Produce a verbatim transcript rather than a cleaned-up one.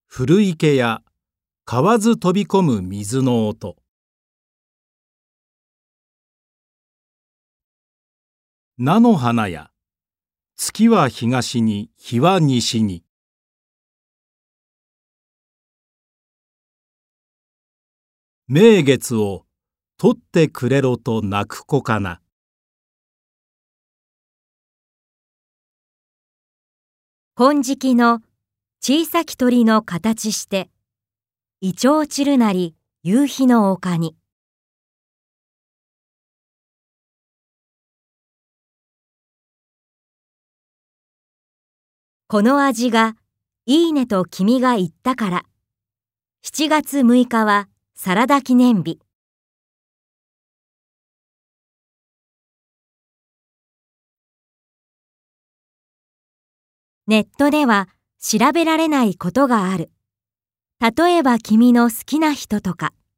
古池や蛙飛び込む水の音。菜の花や月は東に日は西に。名月を取ってくれろと泣く子かな。 金色の小さき鳥の形して、イチョウ散るなり夕日の丘に。この味がいいねと君が言ったから、しちがつむいかはサラダ記念日。ネットでは調べられないことがある。例えば君の好きな人とか。